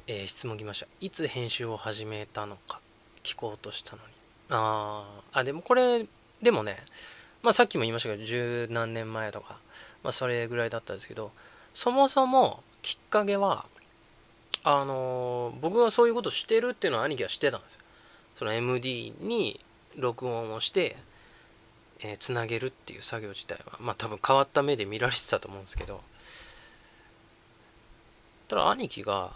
質問来ました。いつ編集を始めたのか聞こうとしたのに。でもこれ、でもね、まあさっきも言いましたけど、十何年前とか、まあそれぐらいだったんですけど、そもそもきっかけは、僕がそういうことしてるっていうのは兄貴は知ってたんですよ。その MD に録音をして、つなげるっていう作業自体は、まあ多分変わった目で見られてたと思うんですけど、ただ兄貴が、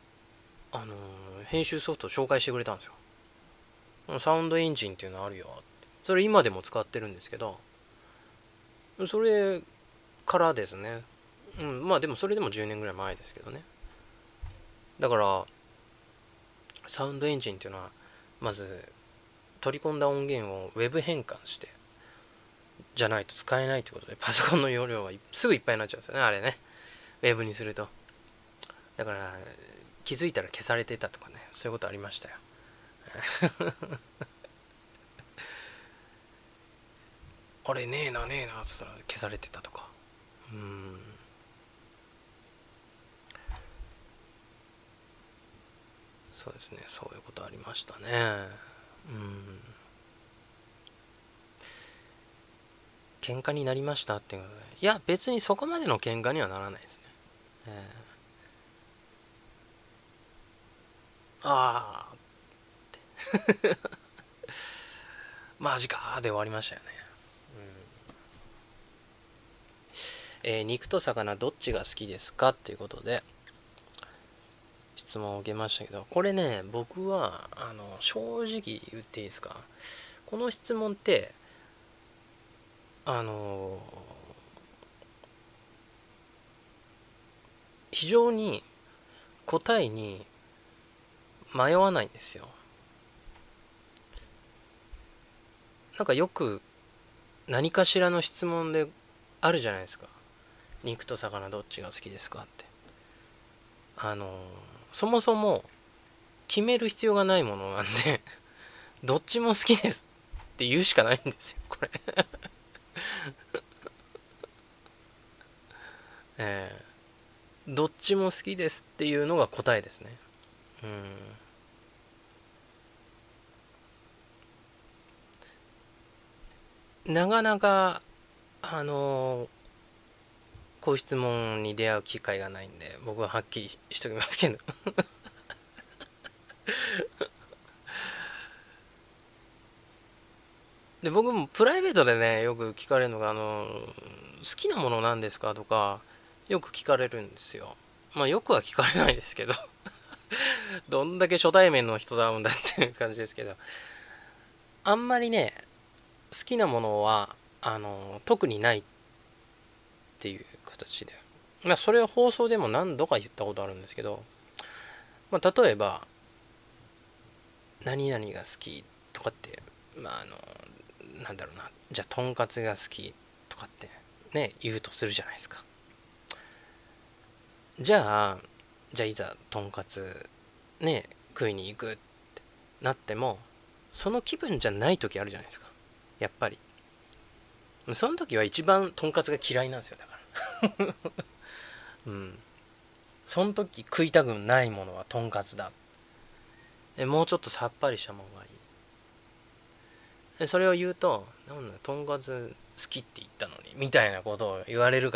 編集ソフトを紹介してくれたんですよ。サウンドエンジンっていうのあるよって。それ今でも使ってるんですけど、それからですね。まあでもそれでも10年ぐらい前ですけどね。だから、サウンドエンジンっていうのは、まず取り込んだ音源をウェブ変換して、じゃないと使えないってことで、パソコンの容量がすぐいっぱいになっちゃうんですよね、あれね。ウェブにすると。だから、気づいたら消されてたとかね、そういうことありましたよ。あれねえなねえなって言ったら消されてたとか。うーん。そうですね、そういうことありましたね。うん。喧嘩になりましたっていうことで。いや、別にそこまでの喧嘩にはならないですね。ああ、マジかーで終わりましたよね。肉と魚どっちが好きですかっていうことで質問を受けましたけど、これね、僕は、正直言っていいですか。この質問って、あの、非常に答えに迷わないんですよ。なんかよく何かしらの質問であるじゃないですか。肉と魚どっちが好きですかって。あの、そもそも決める必要がないものなんでどっちも好きですって言うしかないんですよ、これ。えどっちも好きですっていうのが答えですね。うん。なかなか、あのこういう質問に出会う機会がないんで、僕ははっきりしときますけど。で、僕もプライベートでね、よく聞かれるのが、好きなものなんですかとか、よく聞かれるんですよ。まあ、よくは聞かれないですけど、どんだけ初対面の人だもんだっていう感じですけど、あんまりね、好きなものは、特にないっていう形で。まあ、それは放送でも何度か言ったことあるんですけど、まあ、例えば、何々が好きとかって、まあ、なんだろうな、じゃあ、とんかつが好きとかってね、言うとするじゃないですか。じゃあ、じゃあいざとんかつね、食いに行くってなっても、その気分じゃない時あるじゃないですか。やっぱり。その時は一番とんかつが嫌いなんですよ、だから。うん。その時食いたくないものはとんかつだ。もうちょっとさっぱりしたものがいい。それを言うと、なんだ、とんかつ好きって言ったのに、みたいなことを言われる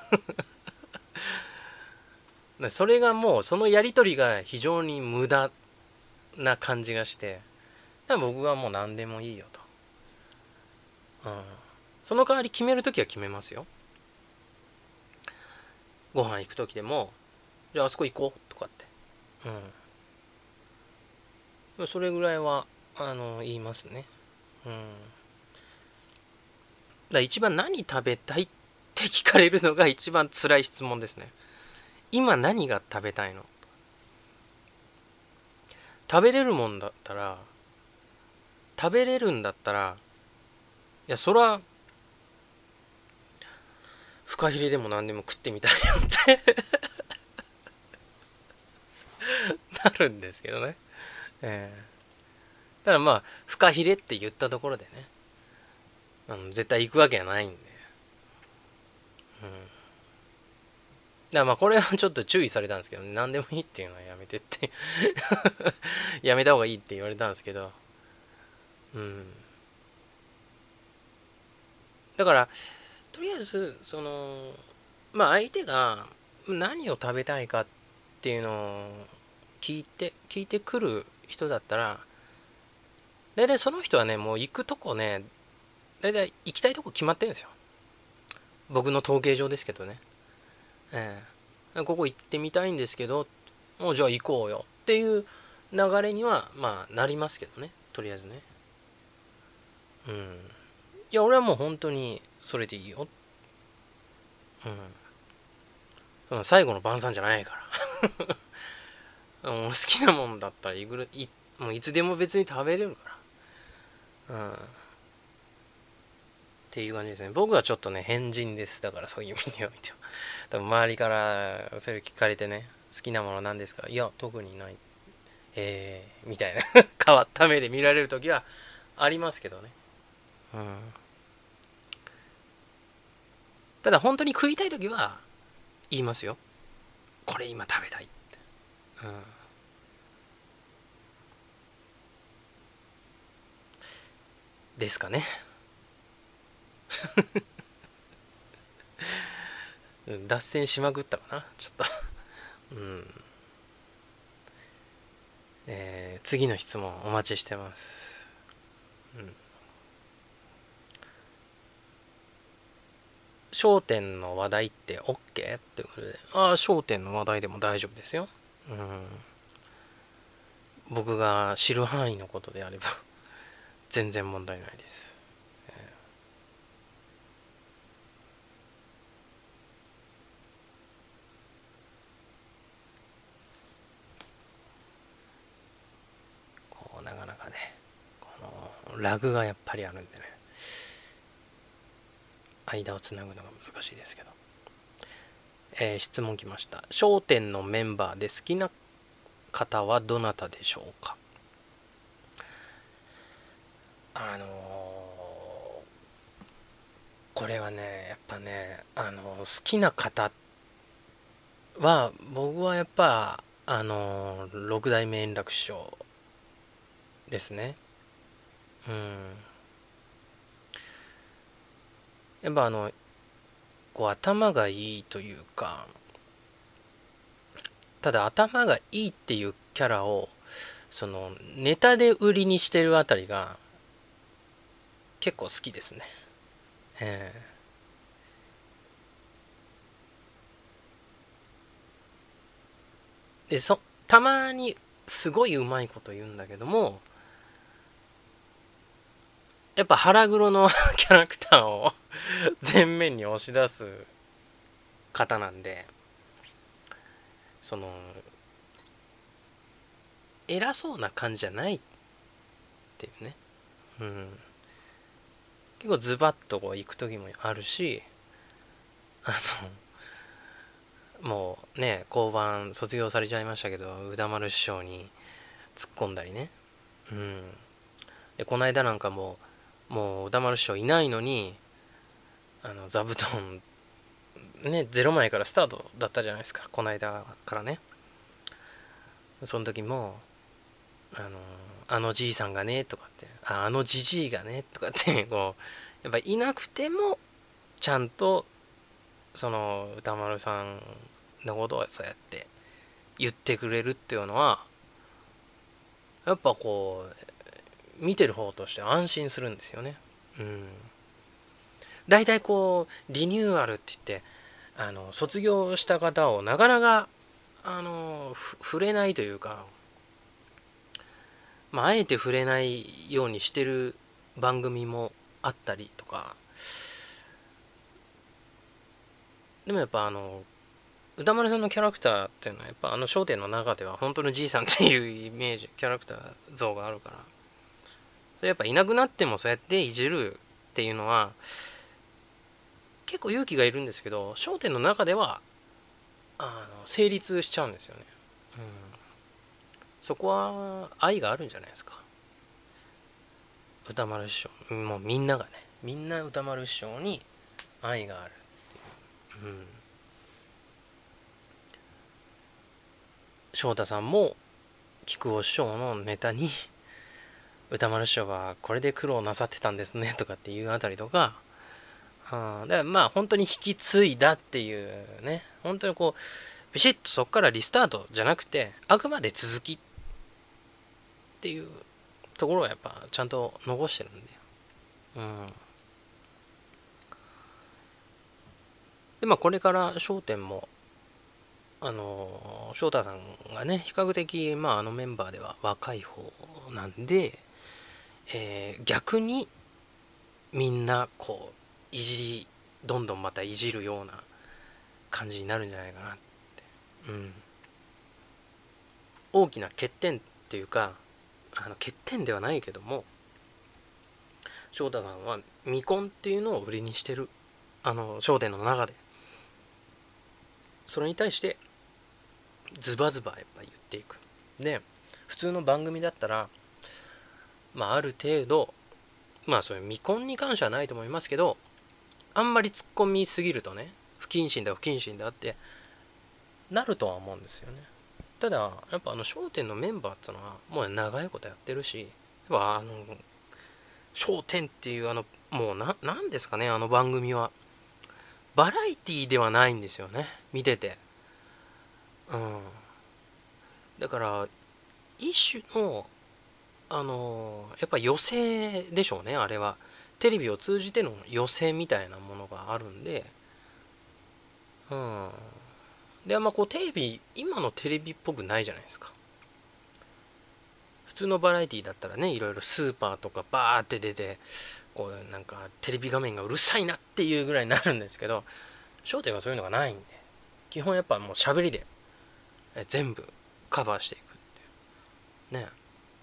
からそれがもう、そのやりとりが非常に無駄な感じがして、僕はもう何でもいいよと。うん。その代わり決めるときは決めますよ。ご飯行くときでも、じゃああそこ行こうとかって。うん。それぐらいは、言いますね。うん。一番何食べたいって聞かれるのが一番辛い質問ですね。今何が食べたいの？食べれるもんだったら、食べれるんだったら、いや、そら、フカヒレでも何でも食ってみたいよってなるんですけどね。ただまあ、フカヒレって言ったところでね、絶対行くわけはないんで。 らまあこれはちょっと注意されたんですけど、ね、何でもいいっていうのはやめてってやめた方がいいって言われたんですけど、うん。だから、とりあえず、まあ相手が何を食べたいかっていうのを聞いてくる人だったら、大体その人はね、もう行くとこね、大体行きたいとこ決まってるんですよ。僕の統計上ですけどね。えここ行ってみたいんですけど、もうじゃあ行こうよっていう流れには、まあなりますけどね。とりあえずね。うん。いや、俺はもう本当にそれでいいよ。うん。その最後の晩餐じゃないから。もう好きなもんだったらもういつでも別に食べれるから。うん。っていう感じですね。僕はちょっとね、変人です。だからそういう意味では見ても。多分周りからそれ聞かれてね、好きなものなんですか、いや、特にない。みたいな変わった目で見られる時はありますけどね。うん。ただ本当に食いたい時は言いますよ。これ今食べたいって。うん。ですかね。脱線しまくったかな。ちょっとうん。次の質問お待ちしてます。うん。焦点の話題って OK? ってことで。ああ、焦点の話題でも大丈夫ですよ。うん。僕が知る範囲のことであれば全然問題ないです。こう、なかなかね、このラグがやっぱりあるんでね、間をつなぐのが難しいですけど。質問来ました。焦点のメンバーで好きな方はどなたでしょうか？あのこれはね、やっぱね、好きな方は、僕はやっぱ、六代目円楽師匠ですね。うん。やっぱこう頭がいいというか、ただ頭がいいっていうキャラを、ネタで売りにしてるあたりが結構好きですね。えで、たまにすごいうまいこと言うんだけども、やっぱ腹黒のキャラクターを前面に押し出す方なんで、その、偉そうな感じじゃないっていうね。うん。結構ズバッとこう行く時もあるし、あもうね、交番卒業されちゃいましたけど、歌丸師匠に突っ込んだりね。うん。で、この間なんかもう歌丸師匠いないのに、座布団、ね、ゼロ枚からスタートだったじゃないですか。この間からね。その時も、あの、あのじいさんがね、とかって、あのじじいがね、とかって、こう、やっぱいなくても、ちゃんと、歌丸さんのことをそうやって言ってくれるっていうのは、やっぱこう、見てる方として安心するんですよね。うん。大体こう、リニューアルって言って、卒業した方をなかなか、触れないというか、まあ、あえて触れないようにしてる番組もあったりとか、でもやっぱ歌丸さんのキャラクターっていうのはやっぱ『笑点』の中では本当のじいさんっていうイメージ、キャラクター像があるから、それやっぱいなくなってもそうやっていじるっていうのは結構勇気がいるんですけど、『笑点』の中では成立しちゃうんですよね。うん。そこは愛があるんじゃないですか。歌丸師匠、もうみんながね、みんな歌丸師匠に愛がある。うん。 翔太さんも木久扇師匠のネタに歌丸師匠はこれで苦労なさってたんですねとかっていうあたりとか、だからまあ本当に引き継いだっていうね、本当にこうビシッとそこからリスタートじゃなくて、あくまで続きっていうところはやっぱちゃんと残してるんで、でまあこれから『笑点』も翔太さんがね比較的まああのメンバーでは若い方なんで、逆にみんなこういじりどんどんまたいじるような感じになるんじゃないかなって、大きな欠点っていうか、欠点ではないけども、翔太さんは未婚っていうのを売りにしてる、笑点の中でそれに対してズバズバやっぱ言っていく。で普通の番組だったらまあある程度まあそういう未婚に関してはないと思いますけど、あんまり突っ込みすぎるとね、不謹慎だ不謹慎だってなるとは思うんですよね。ただやっぱ笑点のメンバーっていうのはもう長いことやってるし、やっぱ笑点っていうもうなんですかね、あの番組はバラエティーではないんですよね、見てて。だから一種のやっぱ寄席でしょうね、あれは。テレビを通じての寄席みたいなものがあるんで、でまあこうテレビ、今のテレビっぽくないじゃないですか。普通のバラエティだったらね、いろいろスーパーとかバーって出て、こうなんかテレビ画面がうるさいなっていうぐらいになるんですけど、『笑点』はそういうのがないんで、基本やっぱもう喋りで全部カバーしていくってね。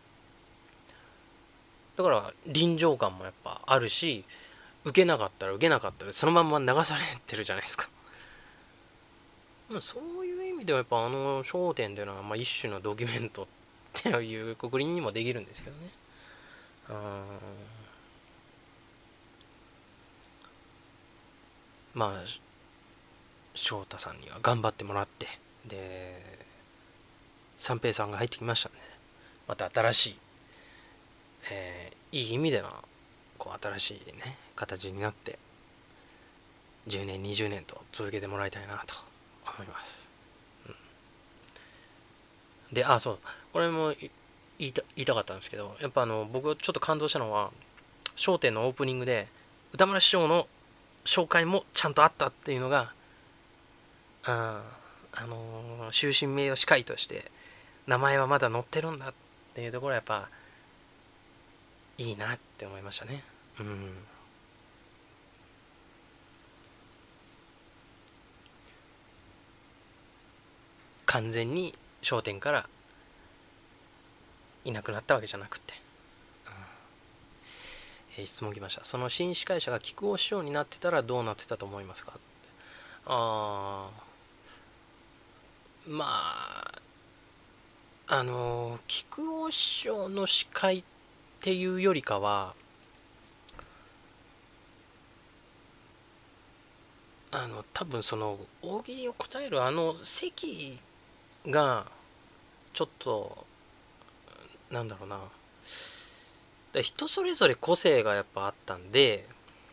だから臨場感もやっぱあるし、受けなかったら受けなかったらそのまんま流されてるじゃないですか。そういう意味ではやっぱ『笑点』っていうのはまあ一種のドキュメントっていうくくりにもできるんですけどね。まあ翔太さんには頑張ってもらって、で三平さんが入ってきましたんで、ね、また新しい、いい意味でのこう新しいね形になって10年20年と続けてもらいたいなと思います。でそうこれも言いたかったんですけど、やっぱ僕がちょっと感動したのは『笑点』のオープニングで歌丸師匠の紹介もちゃんとあったっていうのが、終身名誉司会として名前はまだ載ってるんだっていうところはやっぱいいなって思いましたね。完全に『笑点』からいなくなったわけじゃなくて、質問来ました。その新司会者が木久扇師匠になってたらどうなってたと思いますか。まあ木久扇師匠の司会っていうよりかは多分その大喜利を答える席がちょっとなんだろうな、人それぞれ個性がやっぱあったんで、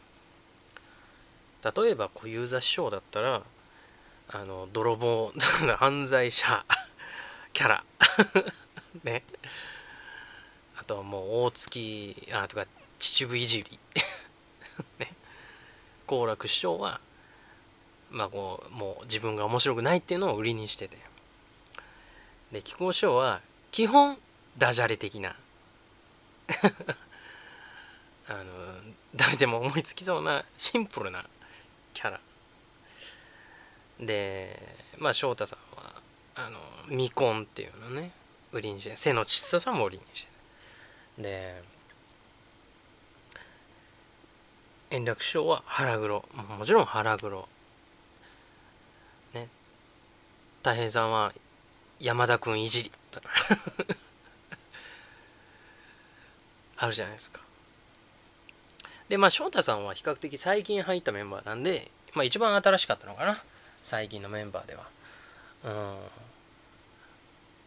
例えば小遊三師匠だったら泥棒犯罪者キャラね、あとはもう大月とか秩父いじりね、好楽師匠はまあこうもう自分が面白くないっていうのを売りにしてて、で木久扇師匠は基本ダジャレ的なあの誰でも思いつきそうなシンプルなキャラで、まあ翔太さんは未婚っていうのね売りにして、背の小ささも売りにして、で円楽師匠は腹黒、もちろん腹黒ね、太平さんは山田君いじりあるじゃないですか。でまあ翔太さんは比較的最近入ったメンバーなんで、まあ一番新しかったのかな、最近のメンバーでは。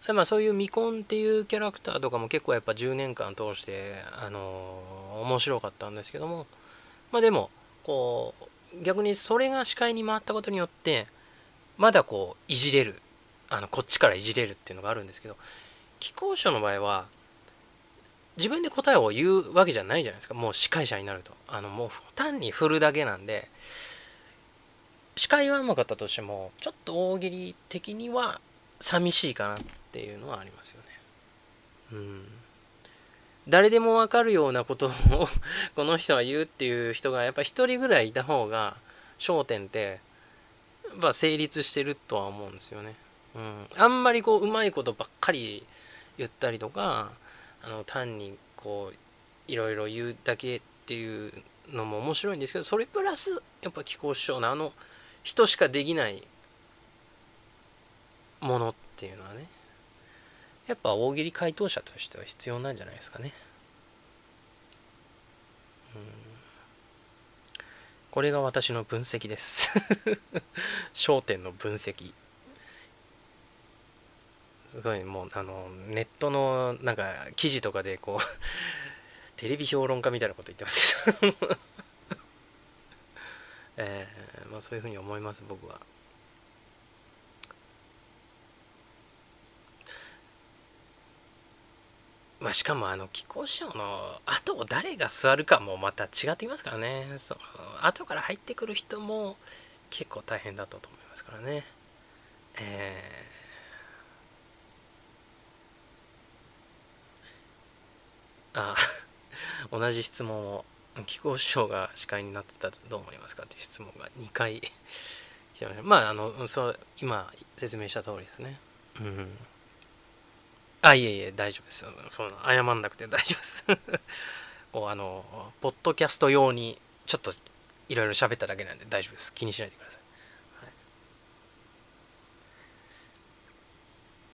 まあそういう未婚っていうキャラクターとかも結構やっぱ10年間通して面白かったんですけども、まあでもこう逆にそれが視界に回ったことによってまだこういじれる、こっちからいじれるっていうのがあるんですけど、貴公子の場合は自分で答えを言うわけじゃないじゃないですか。もう司会者になるともう単に振るだけなんで、司会はうまかったとしてもちょっと大喜利的には寂しいかなっていうのはありますよね。うん、誰でも分かるようなことをこの人は言うっていう人がやっぱ一人ぐらいいた方が焦点ってまあ成立してるとは思うんですよね。うん、あんまりこううまいことばっかり言ったりとか単にこういろいろ言うだけっていうのも面白いんですけど、それプラスやっぱ貴公子師匠の人しかできないものっていうのはね、やっぱ大喜利回答者としては必要なんじゃないですかね。うん、これが私の分析です焦点の分析。すごいもうネットのなんか記事とかでこうテレビ評論家みたいなこと言ってますけどまあそういうふうに思います僕は。まあしかも貴公子師匠の後を誰が座るかもまた違ってきますからね。その後から入ってくる人も結構大変だったと思いますからね。えあ同じ質問を貴公子師匠が司会になってたらどう思いますかという質問が2回来てました。まあそう今説明した通りですね。うん。いえいえ大丈夫ですよ。謝んなくて大丈夫ですこうポッドキャスト用にちょっといろいろ喋っただけなんで大丈夫です。気にしないでください。